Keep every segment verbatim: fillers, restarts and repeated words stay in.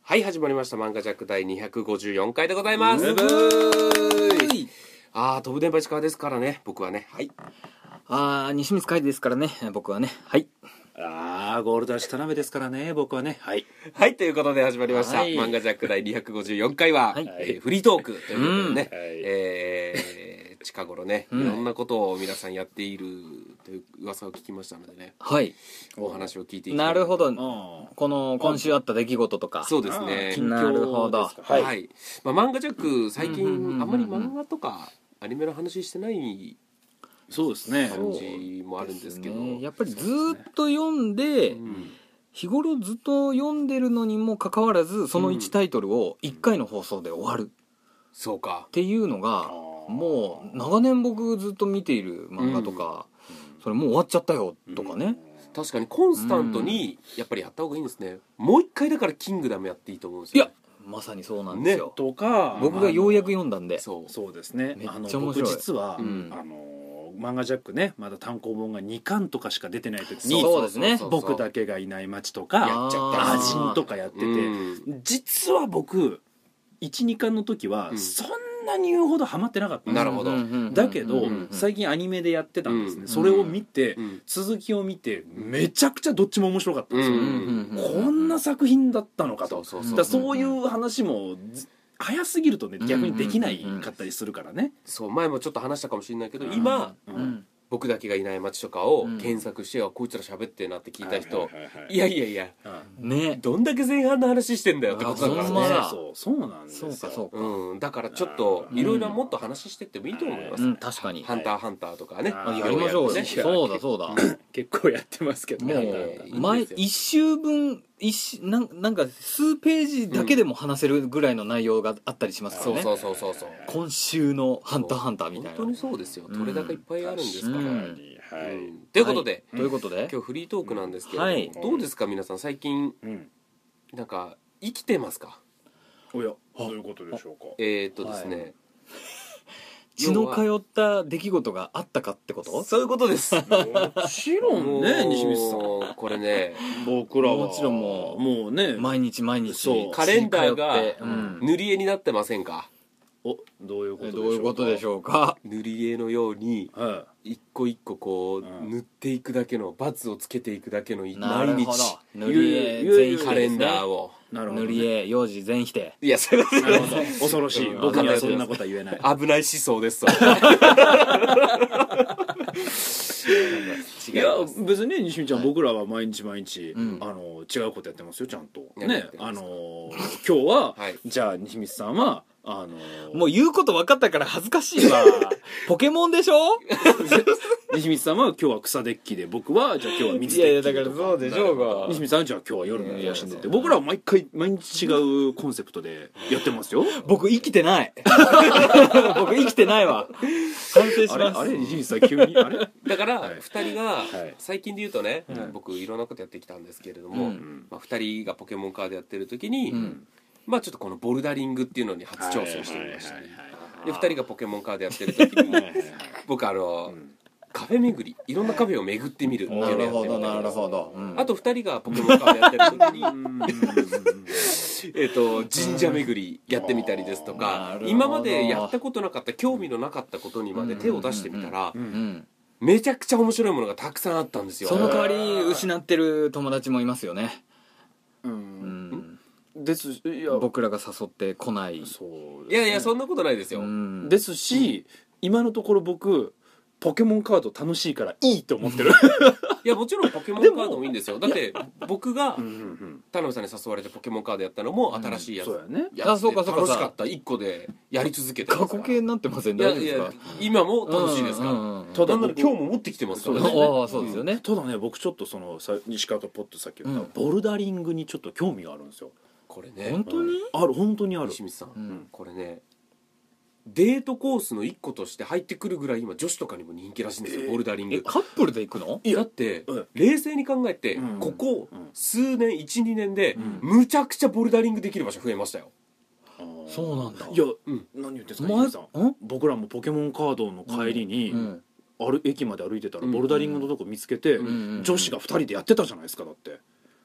はい、始まりました漫画ジャック第にひゃくごじゅうよんかいでございます。あー、飛ぶ電波石川ですからね、僕はね。はい。 あー、西光海ですからね、僕はね。はい。 あー、ゴールドアッシュ田辺ですからね、僕はね。はい。 はい、ということで始まりました、 はい、 漫画ジャック第にひゃくごじゅうよんかいは、はいえー、フリートークということでね、うん、えー、近頃ね、いろんなことを皆さんやっているという噂を聞きましたのでね、はい、お話を聞いていきたい。 なるほど。この今週あった出来事とか。 そうですね。 なるほど。 はい。はい、まあ、漫画ジャック最近あんまり漫画とかアニメの話してないそうですね感じもあるんですけど、ね、 やっぱりずっと読んで、うん、日頃ずっと読んでるのにもかかわらずそのいちタイトルをいっかいの放送で終わる、うん、 そうかっていうのがもう長年僕ずっと見ている漫画とか、うん、それもう終わっちゃったよとかね、うん、 確かにコンスタントにやっぱりやった方がいいんですね。もう一回だからキングダムやっていいと思うんですよ、ね、 いやまさにそうなんですよ、ね、 とか僕がようやく読んだんで、 そうそうですね、 めっちゃ面白い。 僕実は、うん、あの漫画ジャックねまだ単行本がにかんとかしか出てない時にそうですね、 僕だけがいない街とかやっちゃったアジンとかやってて、うん、実は僕いち、にかんの時はそんなに言うほどハマってなかったんですよ。 なるほど。 だけど最近アニメでやってたんですね、うん、それを見て、うん、続きを見てめちゃくちゃどっちも面白かったんですよ、うん、こんな作品だったのかと。そうそうそう、だそういう話も早すぎるとね逆にできないかったりするからね。 そう前もちょっと話したかもしれないけど、今、うんうん僕だけがいない街とかを検索して、うん、こいつら喋ってなって聞いた人、はいはいはいはい、いやいやいや、うん、ねどんだけ前半の話してんだよってことだからね。 そうそうなんですよ。 そうかそうか、 うん、だからちょっといろいろもっと話してってもいいと思います、ね、 うん、確かにハンターハンターとかね、 やりましょうね。そうだそうだ結構やってますけどね。 もう前一週分一なん、なんか数ページだけでも話せるぐらいの内容があったりしますからね、 うん、そうそうそうそう今週のハンターハンターみたいな。 本当にそうですよ、取れ高いっぱいあるんですから、うんはいうん、ということで、 はい、ということで今日フリートークなんですけれども、 はい、 どうですか皆さん最近、うん、なんか生きてますか。 おやどういうことでしょうか。 えー、っとですね、はい血の通った出来事があったかってこと？ そういうことです。もちろんね、西光さん。これね、 僕らはもちろんもうもうね毎日毎日そうカレンダーが塗り絵になってませんか？ おどういうことでしょうか。 どういうことでしょうか。 塗り絵のように一個一個こう塗っていくだけのバツをつけていくだけの毎日塗り絵全否定カレンダーを。 なるほどね、塗り絵幼児全否定。 いやそれはなるほど恐ろしい。僕にはそんなことは言えない。 危ない思想です。 いや別にね西見ちゃん、はい、僕らは毎日毎日、うん、あの違うことやってますよちゃんとね。あの今日は、はい、じゃあ西光さんはあのー、 もう言うこと分かったから恥ずかしいわ。ポケモンでしょ。 西光さんは今日は草デッキで、僕はじゃあ今日は水デッキで。 いやいやだからそうでしょうが。 西光さんはじゃあ今日は夜の更新でって、僕らは毎回毎日違うコンセプトでやってますよ。 僕生きてない。僕生きてないわ。反省します。 あれ、あれ西光さん急にあれ。 だからふたりが最近で言うとね、はい、僕いろんなことやってきたんですけれども、うんまあ、ふたりがポケモンカードやってる時に、うんまあちょっとこのボルダリングっていうのに初挑戦してみました。でふたりがポケモンカードやってる時に僕あの、うん、カフェ巡りいろんなカフェを巡ってみるっていうのをやってみたんです。 なるほど、うん、 あとふたりがポケモンカードやってる時にえっと神社巡りやってみたりですとか、今までやったことなかった興味のなかったことにまで手を出してみたら、めちゃくちゃ面白いものがたくさんあったんですよ。 その代わり失ってる友達もいますよね。 うん、うんですいや僕らが誘ってこない。 そうですね、いやいやそんなことないですよ。 ですし、今のところ僕ポケモンカード楽しいからいいと思ってる。 いやもちろんポケモンカードもいいんですよ。だって僕が田辺さんに誘われてポケモンカードやったのも新しいやつ、うん、そうやね、やつで楽しかったいっこでやり続けてますから。 過去形になってませんね。 いやいや今も楽しいですから、うんうんうん、ただ今日も持ってきてますからね。 ああそうですよね、うん、 ただね僕ちょっとその西川とポッとさっき言った、うん、ボルダリングにちょっと興味があるんですよ。 これね本当に、 うん、ある本当にある。 清水さん、うん、これねデートコースの一個として入ってくるぐらい今女子とかにも人気らしいんですよ、えー、ボルダリング。 えカップルで行くの？ いやだって、うん、冷静に考えて、うん、ここ数年 いち,に 年で、うん、むちゃくちゃボルダリングできる場所増えましたよ。 そうなんだ。 いや、うん、何言ってんですか西さん。僕らもポケモンカードの帰りに、うんうん、歩駅まで歩いてたらボルダリングのとこ見つけて、うんうん、女子がふたりでやってたじゃないですか。だって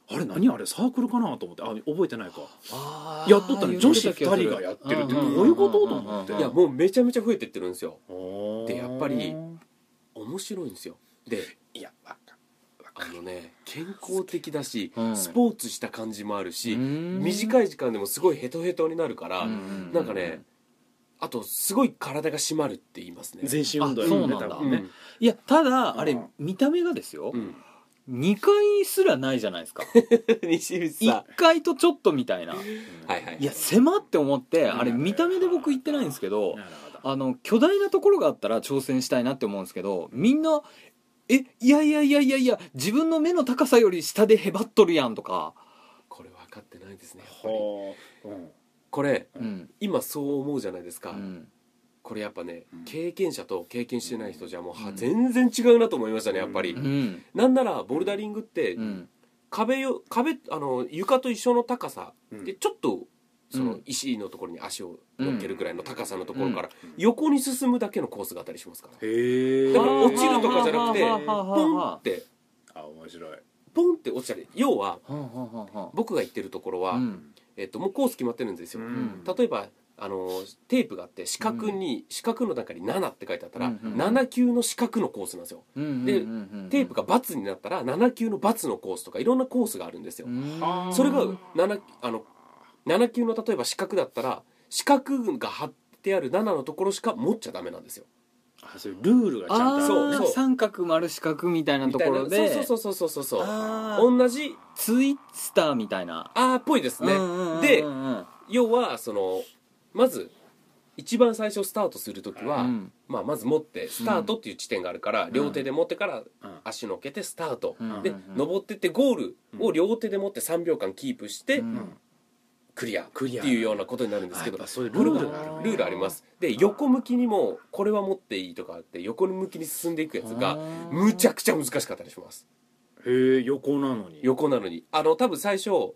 あれ何あれサークルかなと思って、あ覚えてないか、やっとったね、女子ふたりがやってるってどういうことと思って、 いやもうめちゃめちゃ増えてってるんですよ。でやっぱり面白いんですよ。でいやわかあのね健康的だし、 うん、 スポーツした感じもあるし、短い時間でもすごいヘトヘトになるから、んなんかねあとすごい体が締まるって言いますね。 全身運動やそうなんだ、ね、いやただあれ見た目がですよ、うんにかいすらないじゃないですか西光さんいっかいとちょっとみたいな、はいはいはい、 いや狭って思ってあれ見た目で僕言ってないんですけど、あの巨大なところがあったら挑戦したいなって思うんですけど、みんなえいやいやいやいやいや自分の目の高さより下でへばっとるやんとか、 これ分かってないですねやっぱり、 うん、 これ、 うん、 今そう思うじゃないですか、 うん、 これやっぱね、うん、経験者と経験してない人じゃもう、うん、全然違うなと思いましたねやっぱり、うん、なんならボルダリングって、うん、壁よ壁あの床と一緒の高さ、うん、でちょっとその石のところに足を乗っけるぐらいの高さのところから横に進むだけのコースがあったりしますから、へだから落ちるとかじゃなくてポンってあ面白いポンって落ちたり、要は僕が言ってるところは、うんえっと、もうコース決まってるんですよ、うん、例えばあのテープがあって四角に、うん、四角の中にななって書いてあったら、うんうん、なな級の四角のコースなんですよ、うんうんうんうん、でテープが×になったらなな級の×のコースとかいろんなコースがあるんですよ。それがななあのなな級の例えば四角だったら四角が貼ってあるななのところしか持っちゃダメなんですよ。 あそういうルールがちゃんとそうそう三角丸四角みたいなところでそうそうそうそうそうそう同じツイスターみたいなあーっぽいですね、うんうんうんうん、で要はそのまず一番最初スタートするときは、うんまあ、まず持ってスタートっていう地点があるから、うん、両手で持ってから足乗っけてスタート、うん、で、うん、登ってってゴールを両手で持ってさんびょうかんキープして、うん、クリアっていうようなことになるんですけど、 そういうルールがあるルールあります。で横向きにもこれは持っていいとかあって横向きに進んでいくやつがむちゃくちゃ難しかったりします。 へえ横なのに横なのにあの多分最初、うん、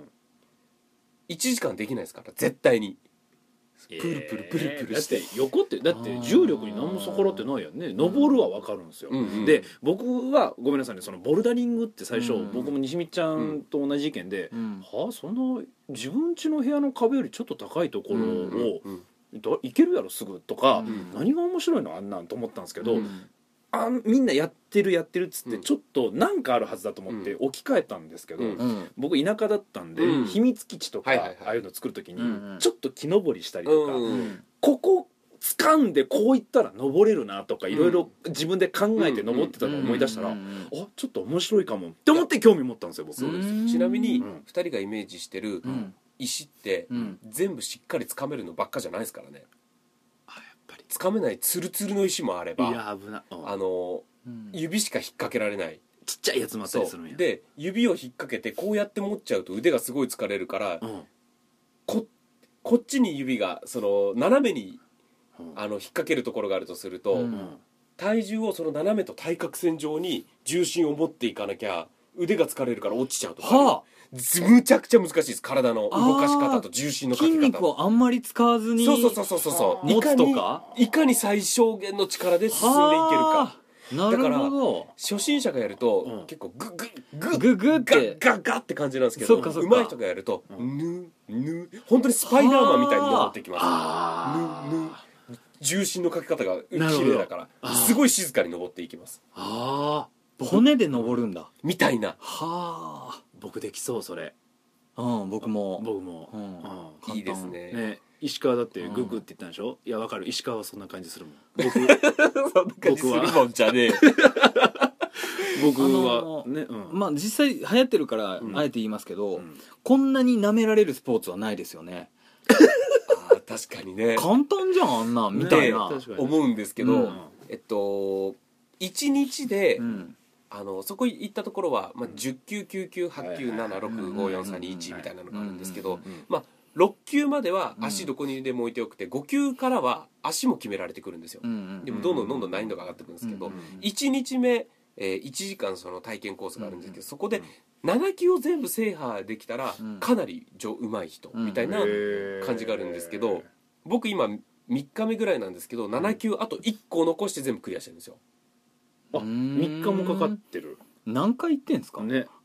いちじかんできないですから絶対にプルプルプルプルして、 だって横ってだって重力に何も逆らってないやんね。登るは分かるんですよ、うんうん、で僕はごめんなさいねそのボルダリングって最初、うん、僕も西見ちゃんと同じ意見で、うん、はあそんな自分家の部屋の壁よりちょっと高いところを、うんうん、行けるやろすぐとか、うん、何が面白いのあんなんと思ったんですけど、うんあみんなやってるやってるっつってちょっとなんかあるはずだと思って置き換えたんですけど、うん、僕田舎だったんで、うん、秘密基地とか、はいはいはい、ああいうの作る時にちょっと木登りしたりとか、うん、ここ掴んでこういったら登れるなとかいろいろ自分で考えて登ってたのを思い出したら、あちょっと面白いかもって思って興味持ったんですよ僕。 そうです。ちなみにふたりがイメージしてる石って全部しっかり掴めるのばっかじゃないですからね。つかめないツルツルの石もあれば、いや危な、うん、あの、うん、指しか引っ掛けられないちっちゃいやつもあったりするんや。 で指を引っ掛けてこうやって持っちゃうと腕がすごい疲れるから、うん、こ, こっちに指がその斜めに、うん、あの引っ掛けるところがあるとすると、うん、体重をその斜めと対角線上に重心を持っていかなきゃ腕が疲れるから落ちちゃうとか、はあむちゃくちゃ難しいです。体の動かし方と重心のかけ方、 筋肉をあんまり使わずにそうそうそうそうそう持つとかいかに最小限の力で進んでいけるか。 なるほど。だから初心者がやると、うん、結構グッグッグッグッグッってガッガッって感じなんですけど、上手い人がやると、うん、ぬぬ本当にスパイダーマンみたいに登っていきます。ぬぬ重心のかけ方が綺麗だからすごい静かに登っていきます。 ああ骨で登るんだみたいな。 はあ僕できそうそれ。 うん僕も僕も、 うんうん、いいですね。 ね石川だってグッグって言ったんでしょ、うん、いやわかる石川はそんな感じするもん僕そんな感じするもんじゃねえ僕はね、うん、 まあ実際流行ってるからあえて言いますけど、うん、こんなに舐められるスポーツはないですよねあ確かにね簡単じゃんあんなみたいな、 ね、思うんですけど、うん、えっといちにちで、うんあのそこ行ったところは、まあ、じゅっきゅうきゅうきゅうはちきゅうななろくごよんさんにいちみたいなのがあるんですけど、まあ、ろっきゅうまでは足どこにでも置いておくてごきゅうからは足も決められてくるんですよ。でもどんどんどんどん難易度が上がってくるんですけどいちにちめ、えー、いちじかんその体験コースがあるんですけどそこでななきゅうを全部制覇できたらかなりうまい人みたいな感じがあるんですけど僕今みっかめぐらいなんですけどななきゅうあといっこ残して全部クリアしてるんですよ。 あみっかもかかってる。 何回行ってんすかね。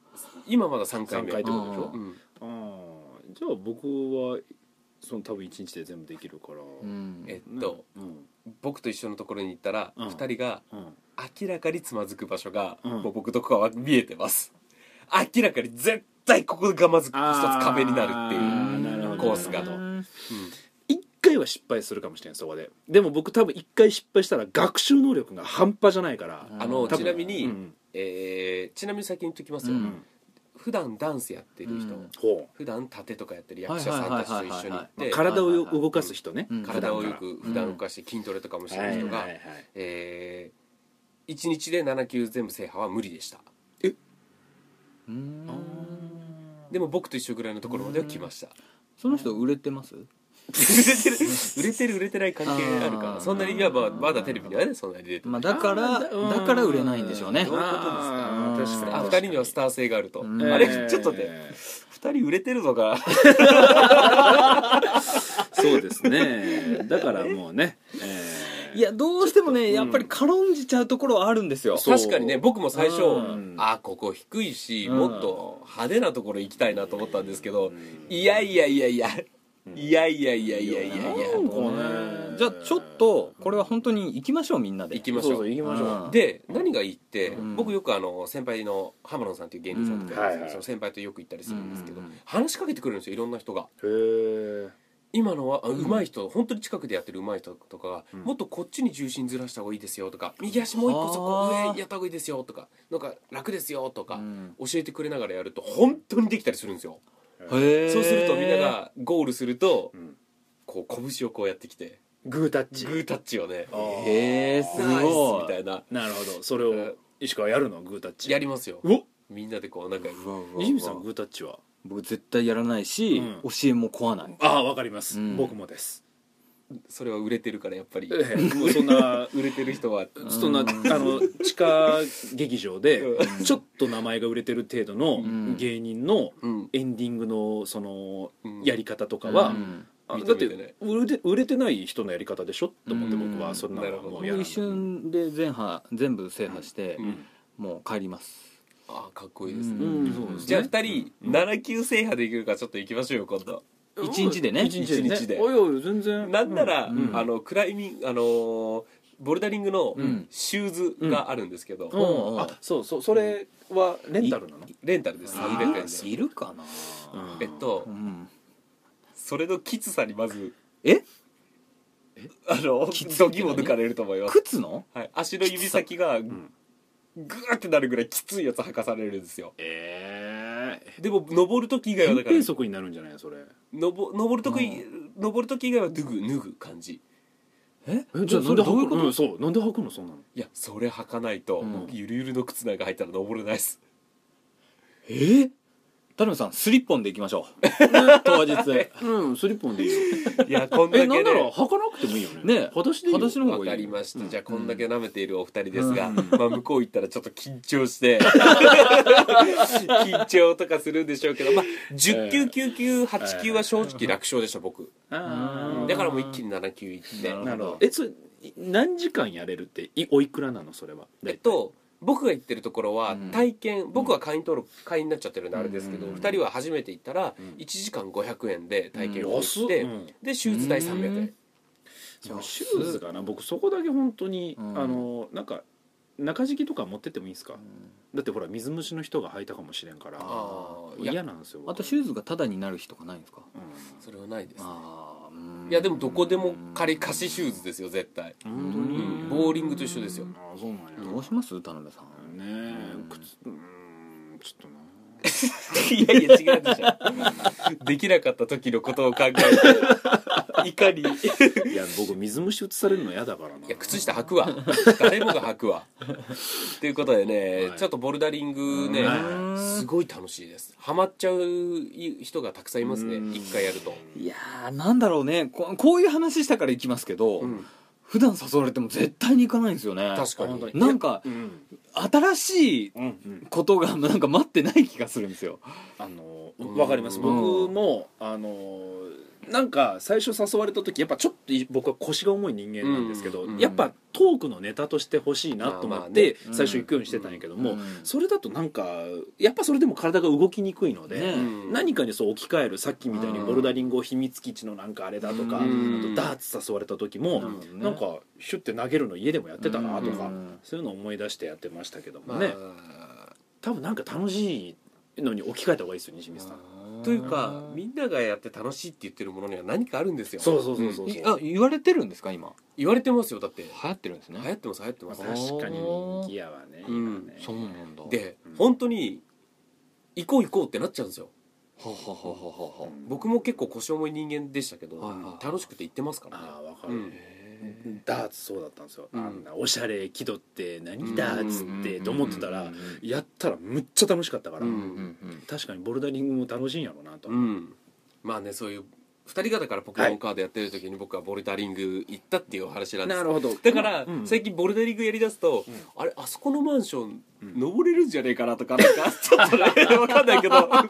今まださんかいめさんかいってことでしょ、 うん、 ああじゃあ僕はその多分いちにちで全部できるから、 うん、 えっと、うん、僕と一緒のところに行ったら、 うん、 ふたりが明らかにつまずく場所が、 うん、 もう僕とかは見えてます。明らかに絶対ここがまず一つ壁になるっていうコースがと、うん、 いっかいは失敗するかもしれないそこで。でも僕多分いっかい失敗したら学習能力が半端じゃないから、 あのちなみに、うん、えー、ちなみに先に言っときますよ、うん、普段ダンスやってる人、うん、普段盾とかやってる役者さんたちと一緒に行って体を動かす人ね、 うん、体をよく普段動かして筋トレとかもしてる人が、えー、いちにちでなな級全部制覇は無理でした。 えうーんでも僕と一緒ぐらいのところまでは来ました。 その人売れてます？ 売れてる売れてる売れてない関係あるからそんなにいわばまだテレビにはねそんなに出てない、 まあ、だからだから売れないんでしょうね。 どういうことですか？確かにふたりにはスター性があると、あれちょっとねふたり売れてるのかそうですね。だからもうね、 えー、いやどうしてもねやっぱり軽んじちゃうところはあるんですよ。 確かにね僕も最初、うん、あここ低いし、うん、もっと派手なところ行きたいなと思ったんですけど、うん、いやいやいやいやいやいやいやいやいやいやじゃあちょっとこれは本当に行きましょう。みんなで行きましょう。 そうそう行きましょう。で何がいいって、うん、僕よくあの先輩の浜野さんっていう芸人さんとか、うん、その先輩とよく行ったりするんですけど、うん、話しかけてくるんですよいろんな人が。 へー今のは上手い人、本当に近くでやってる上手い人とかが、うん、もっとこっちに重心ずらした方がいいですよとか右足もう一個そこ上やった方がいいですよとかなんか楽ですよとか、うん、教えてくれながらやると本当にできたりするんですよ。 へそうするとみんながゴールすると、うん、こう拳をこうやってきてグータッチグータッチをねへえすごいみたいな。 なるほどそれを石川やるのグータッチやりますよ。みんなでこうなんか西見さんグータッチは僕絶対やらないし、うん、教えも請わない。 ああわかります、うん、僕もです。 それは売れてるからやっぱり、 ええ、もうそんな売れてる人はそんなあの地下劇場でちょっと名前が売れてる程度の芸人のエンディングのそのやり方とかは、うんうん、だって売れて売れてない人のやり方でしょって思って僕はそんなのもうやらない。 一瞬で全破全部制覇して、うん、もう帰ります。 ああかっこいいですね、うん、そうですね。じゃあふたりなな級制覇できるかちょっと行きましょうよ今度。 一日でね一日で、ね、日でおいおい全然なんなら、うん、あのクライミングあのー、ボルダリングのシューズがあるんですけど、 うんうん、あそうそうそれはレンタルなの？ レンタルです。さんびゃくえんでいるかな、 うん、えっと、うん、それのきつさにまずえあの度肝抜かれると思います。 靴の、 はい、足の指先がグーってなるぐらいきついやつ履かされるんですよ。 えー、 でも登る時以外はだから扁平足になるんじゃないそれ。 登登る時、うん、登る時以外は脱ぐ脱ぐ感じ。 えじゃあなんで履くの？うん、そうなんで履くのそんなの。 いやそれ履かないと、うん、僕ゆるゆるの靴なんか履いたら登れないです。 えー田辺さんスリッポンでいきましょう当日うんスリッポンでいいよ。 いやこんだけ、ね、 えなんなら履かなくてもいいよね。 ね裸足でいいよ。 裸足の方がいい。 わかりました、うん、じゃあこんだけ舐めているお二人ですが、うんまあ、向こう行ったらちょっと緊張して緊張とかするんでしょうけど、まあ、じゅっ級きゅう級はち級は正直楽勝でした僕。あだからもう一気になな級行って。 なるほど。えそれ何時間やれるっていおいくらなのそれは。 えっと僕が行ってるところは体験、うん、僕は会員登録会員になっちゃってるんであれですけど、うん、ふたりは初めて行ったらいちじかんごひゃくえんで体験をして、うん、でシューズ代さんびゃくえん。 そのシューズがな僕そこだけ本当に、うん、あのなんか中敷きとか持ってってもいいですか、うん、だってほら水虫の人が履いたかもしれんから嫌なんですよ。 あとシューズがタダになる日とかないんですか、 うん、それはないですね。いやでもどこでも借り貸しシューズですよ絶対。本当に、うん、ボーリングと一緒ですよ。 あそうなんや。 どうします田辺さんねえ、うん、靴うんちょっとないやいや違うでしょできなかった時のことを考えていかにいや僕水虫移されるの嫌だからな。 いや靴下履くわ誰もが履くわということでね、はい、ちょっとボルダリングねすごい楽しいです。ハマっちゃう人がたくさんいますね一回やると。 いやーなんだろうね こ, こういう話したから行きますけど、うん普段誘われても絶対に行かないんですよね。 確かになんか、うん、新しいことがなんか待ってない気がするんですよ。 あのわかります。僕もあのなんか最初誘われた時やっぱちょっと僕は腰が重い人間なんですけど、 うん、 やっぱトークのネタとして欲しいなと思って最初行くようにしてたんやけども、 うん、 それだとなんかやっぱそれでも体が動きにくいので、 ね、 何かにそう置き換える、さっきみたいにボルダリングを秘密基地のなんかあれだとか、うん、あとダーツ誘われた時も、うん、なんかシュッて投げるの家でもやってたなとか、うん、そういうのを思い出してやってましたけどもね、まあ、多分なんか楽しいのに置き換えた方がいいですよ、西光さん。 というかみんながやって楽しいって言ってるものには何かあるんですよ。 そうそうそうそう、うん、 あ言われてるんですか今。 言われてますよ。だって流行ってるんですね。 流行ってます流行ってます。 確かに人気やわね、 うん、 ね、 そうなんだ。 で、うん、本当に行こう行こうってなっちゃうんですよ。 ははははは。 僕も結構腰重い人間でしたけど、 はいはい、 楽しくて行ってますからね。 ああ分かる、うん、ダーツそうだったんですよ、 うん、 あんなおしゃれ気取って何ダーツってと思ってたらやったらむっちゃ楽しかったから、うんうんうん、確かにボルダリングも楽しいんやろうなと、 うん、まあねそういうふたり方からポケモンカードやってる時に僕はボルダリング行ったっていうお話なんです。 なるほど。 だから最近ボルダリングやりだすと、うん、あれあそこのマンション登れるんじゃねえかなとかなんかちょっとね分かんないけどなんか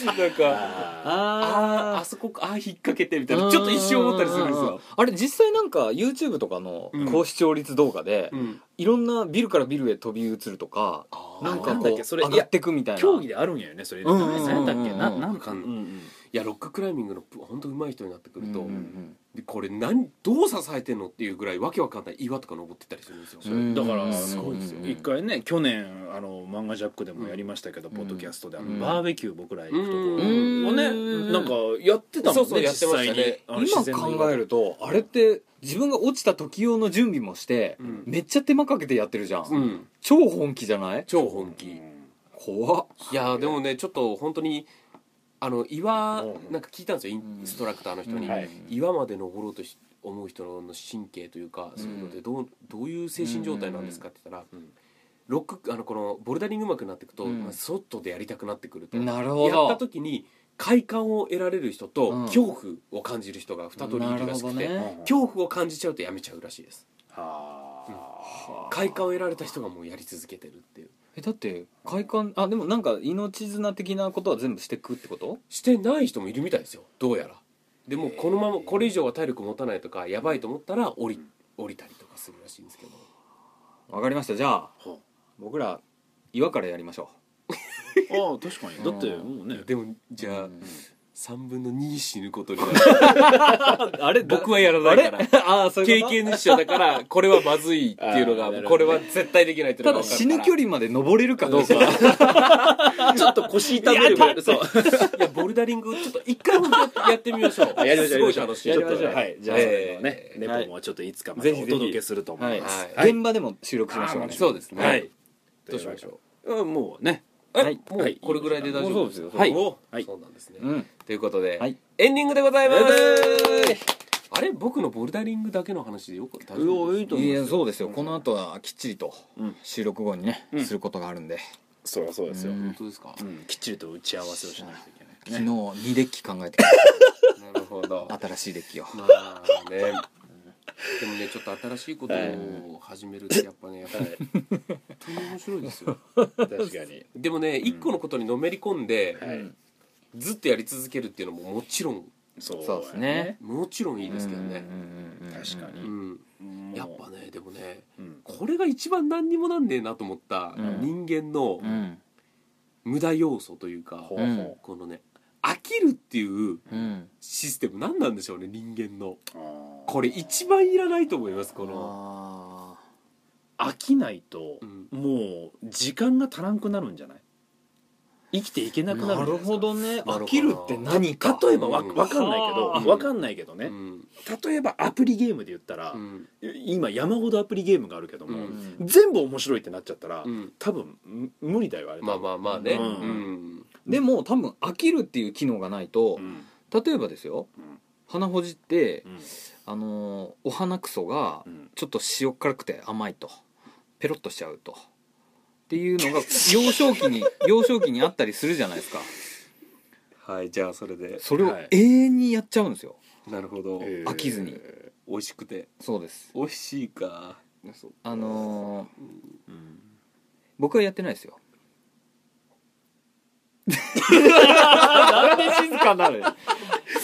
あああそこああ引っ掛けてみたいなちょっと一瞬思ったりするんですよ。 あれ実際なんか YouTube とかの高視聴率動画で、うん、いろんなビルからビルへ飛び移るとか、うん、なんかこう上がってくみたいな競技であるんやよねそれ。何だっけななんか。 いやロッククライミングの本当上手い人になってくると、うんうん、でこれ何どう支えてんのっていうぐらいわけわかんない岩とか登ってったりするんですよ。それだからすごいですよ。 一回ね去年あの漫画ジャックでもやりましたけど、うん、ポッドキャストであの、うん、バーベキュー僕ら行くところをね、うん、なんかやってたもんね。そうそうやってましたね。 今考えるとあれって自分が落ちた時用の準備もして、うん、めっちゃ手間かけてやってるじゃん、うん、超本気じゃない？ 超本気、うん、怖っ。いやでもねちょっと本当にあの岩なんか聞いたんですよ、インストラクターの人に、うんはい、岩まで登ろうとし思う人の神経というか、うん、そういうのでどう、どういう精神状態なんですかって言ったら、うん、ロックあのこのボルダリング上手くなっていくと、うんまあ、外でやりたくなってくると、 なるほどやった時に快感を得られる人と、うん、恐怖を感じる人が二通りいるらしくて、ね、恐怖を感じちゃうとやめちゃうらしいです。は、うん、快感を得られた人がもうやり続けてるっていう。 えだって快感あでもなんか命綱的なことは全部してくってこと？ してない人もいるみたいですよどうやら。でもこのままこれ以上は体力持たないとかやばいと思ったら降り降りたりとかするらしいんですけど。 わかりました。じゃあ僕ら岩からやりましょう。ああ確かに。だってもうね。 でもじゃあ、うんさんぶんのに死ぬことになる。 あれ僕はやらないからああそういうこと経験者だからこれはまずいっていうのがこれは絶対できないっていうのが分かるから。 ただ死ぬ距離まで登れるかどうかちょっと腰痛めるぐらい。そういやボルダリングちょっと一回もやってみましょう。 やりましょう。すごい楽しい。 やりましょう。 はいじゃあそれのねネポもちょっといつかまたお届けすると思います。 現場でも収録しましょうね。 そうですね。 はいどうしましょう。もうねはい、もうこれぐらいで大丈夫ですよ。はい、そうなんですね。ということでエンディングでございます。あれ僕のボルダリングだけの話でよく大丈夫ですか？ いやそうですよ。この後はきっちりと収録後にねすることがあるんで。 そうだそうですよ。 本当ですか？ きっちりと打ち合わせをしないといけない。 昨日にデッキ考えて。 なるほど。 新しいデッキを。 まあね。でもねちょっと新しいことを始めるってやっぱねやっぱり本当に面白いですよ。 確かに。 でもね一個のことにのめり込んでずっとやり続けるっていうのももちろんそうですね。 もちろんいいですけどね。 確かに。 やっぱねでもねこれが一番何にもなんねえなと思った人間の無駄要素というかこのね飽きるっていうシステム何なんでしょうね人間の。これ一番いらないと思います。この飽きないともう時間が足らんくなるんじゃない？生きていけなくなる。 なるほどね。飽きるって何か。 例えばわ分かんないけど分かんないけどね、例えばアプリゲームで言ったら今山ほどアプリゲームがあるけども全部面白いってなっちゃったら多分無理だよあれ。 まあまあまあね。 でも多分飽きるっていう機能がないと例えばですよ鼻ほじってあのお花くそがちょっと塩辛くて甘いとペロッとしちゃうとっていうのが幼少期に幼少期にあったりするじゃないですか。 はいじゃあそれでそれを永遠にやっちゃうんですよ。 なるほど。 飽きずに美味しくて。 そうです。 美味しいか。 あのーうん、僕はやってないですよ。なんで静かになる。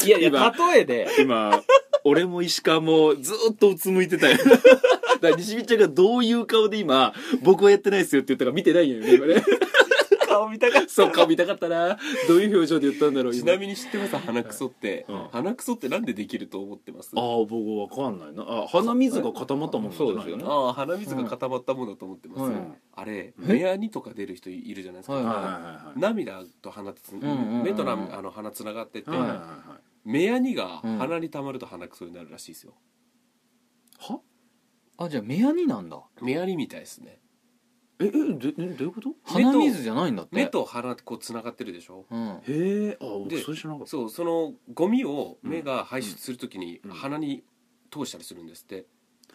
いやいや例えで今俺も石川もずっとうつむいてたよだから西見ちゃんがどういう顔で今僕はやってないですよって言ったか見てないよね今ね顔見たかったそう顔見たかったなどういう表情で言ったんだろうちなみに知ってます鼻くそって、 うん、 鼻くそってなんでできると思ってます？ ああ僕わかんないなあ鼻水が固まったものじゃない？そうですよね。 ああ鼻水が固まったものだと思ってます、うん、あれ目やにとか出る人いるじゃないですか、はいはいはいはい、涙と鼻つ、うんうんうん、目となあの鼻つながってて、はいはいはい、目やにが鼻に溜まると鼻くそになるらしいですよ、 うん、はあじゃあ目やになんだ目やにみたいですねええど, どういうこと？ 鼻水じゃないんだって目と鼻ってこうつながってるでしょ、うん、 へえあ僕それ知らなかったそうそのゴミを目が排出するときに鼻に通したりするんですって、うん、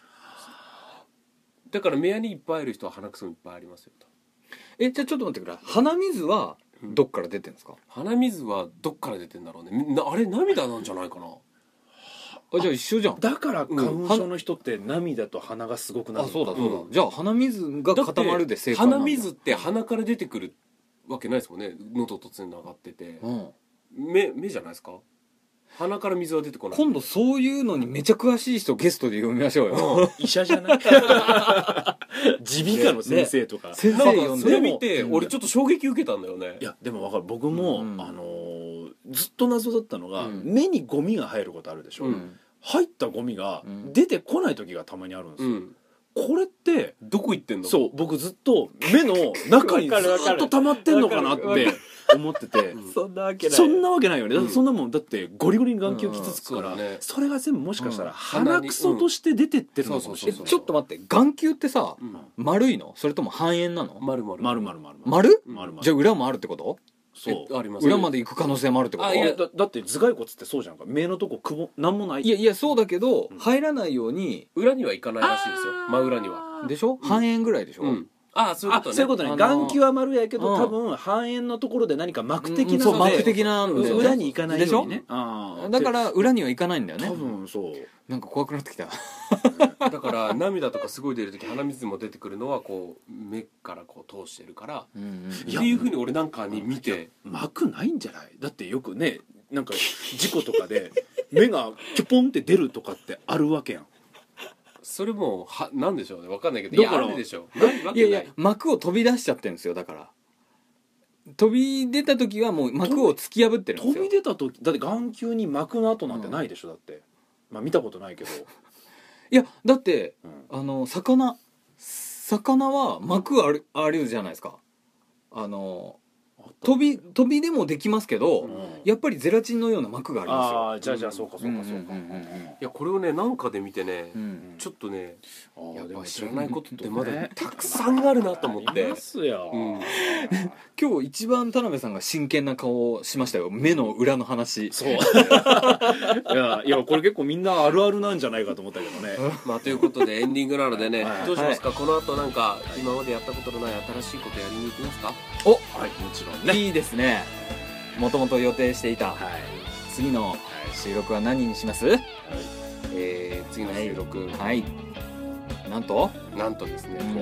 だから目やにいっぱいある人は鼻くそいっぱいありますよと。 えじゃあちょっと待ってください鼻水はどっから出てるんですか？ 鼻水はどっから出てんだろうねなあれ涙なんじゃないかなあじゃあ一緒じゃん。 だから花粉症の人って涙と鼻がすごくなる、 うん、あそうだそうだ、うん、じゃあ鼻水が固まるで正解なんだ。 鼻水って鼻から出てくるわけないですもんね喉突然流ってて、うん、目, 目じゃないですか鼻から水は出てこない。 今度そういうのにめちゃ詳しい人ゲストで呼びましょうよ、 うん、医者じゃない耳鼻科の先生とか、ね、 先生呼んでそれ見て俺ちょっと衝撃受けたんだよね。 いやでも分かる僕も、うん、あのー、ずっと謎だったのが、うん、目にゴミが入ることあるでしょ、うん、入ったゴミが出てこない時がたまにあるんですよ、うん、これってどこ行ってんの？ そう僕ずっと目の中にずっと溜まってんのかなって思っててそんなわけないそんなわけないよね、うん、そんなもんだってゴリゴリに眼球傷つくから、うんうん そ, ね、それが全部もしかしたら鼻くそとして出てってるのかもしれない。 ちょっと待って眼球ってさ、うん、丸いのそれとも半円なの？ 丸丸丸丸丸丸丸丸じゃあ裏もあるってこと？ そうあります裏まで行く可能性もあるってこと？ あいや だ, だって頭蓋骨ってそうじゃんか目のとこくぼなんもない。 いやいやそうだけど、うん、入らないように裏には行かないらしいですよ真裏にはでしょ、うん、半円ぐらいでしょ、うんああそういうことね。 そういうことね。眼球は丸やけど、うん、多分半円のところで何か膜的なので、うん、 そう膜的なので、ね、 裏に行かないようにね。 あだから裏には行かないんだよね。 多分そう。 なんか怖くなってきた。 だから涙とかすごい出るとき鼻水も出てくるのはこう目からこう通してるから、うんうん、っていうふうに俺なんかに見て膜ないんじゃない？だってよくねなんか事故とかで目がキョポンって出るとかってあるわけやん。 それもはなんでしょうね分かんないけどだからいやあるでしょいやいや膜を飛び出しちゃってるんですよ。だから飛び出た時はもう膜を突き破ってるんですよ。 飛び出た時だって眼球に膜の跡なんてないでしょ、うん、だってまあ見たことないけどいやだって、うん、あの魚魚は膜あるあるじゃないですか。あの飛び飛びでもできますけど、うん、やっぱりゼラチンのような膜がありますよ。 ああじゃあじゃあそうかそうかそうか。 いやこれをねなんかで見てね、うん、ちょっとねやっぱ知らないことってまだたくさんあるなと思って。 ありますよ、うん、 今日一番田辺さんが真剣な顔をしましたよ。目の裏の話。 そういやいやこれ結構みんなあるあるなんじゃないかと思ったけどねまあということでエンディングなのでね、はい、どうしますか、はい、この後なんか今までやったことのない新しいことやりに行きますか？ おはいもちろんね。 いいですね。もともと予定していた、はい、次の収録は何にします？はい、 えー、次の収録、 はい、はい、なんとなんとですね、うん、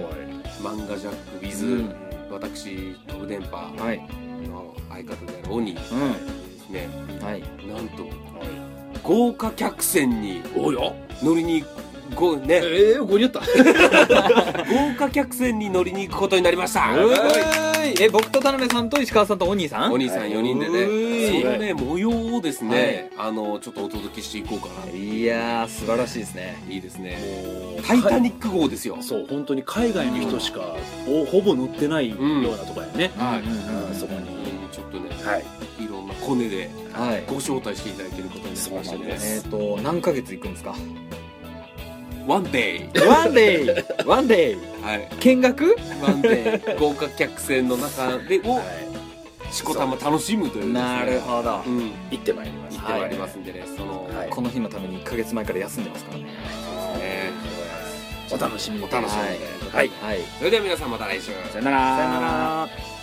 漫画ジャック with、うん、私飛ぶ電波の相方である鬼、うん、ですね、はい、なんと、はい、豪華客船に乗りにごねえー、ごにあった豪華客船に乗りに行くことになりました。 え僕と田辺さんと石川さんとお兄さんお兄さんよにんでねそのね模様をですね、はい、あのちょっとお届けしていこうかな。 いやー素晴らしいですね。 いいですね。タイタニック号ですよ。 そう本当に海外の人しか、うん、ほぼ乗ってないようなところやね、うん、はい、うん、そこにちょっとね、はい、いろんなコネでご招待していただけることになりましたね、はい、 えーと何ヶ月行くんですか？ ワンデイワンデイワンデイはい見学ワンデイ豪華客船の中でを、はい、しこたま楽しむという、ね、 なるほど、 うん、行ってまいります行ってまいりますんでね、はい、その、 はい、この日のためにいっかげつまえから休んでますからね。 ねお楽しみにお楽しみに、はい、はいはい、それでは皆さんまた来週さよならさよなら。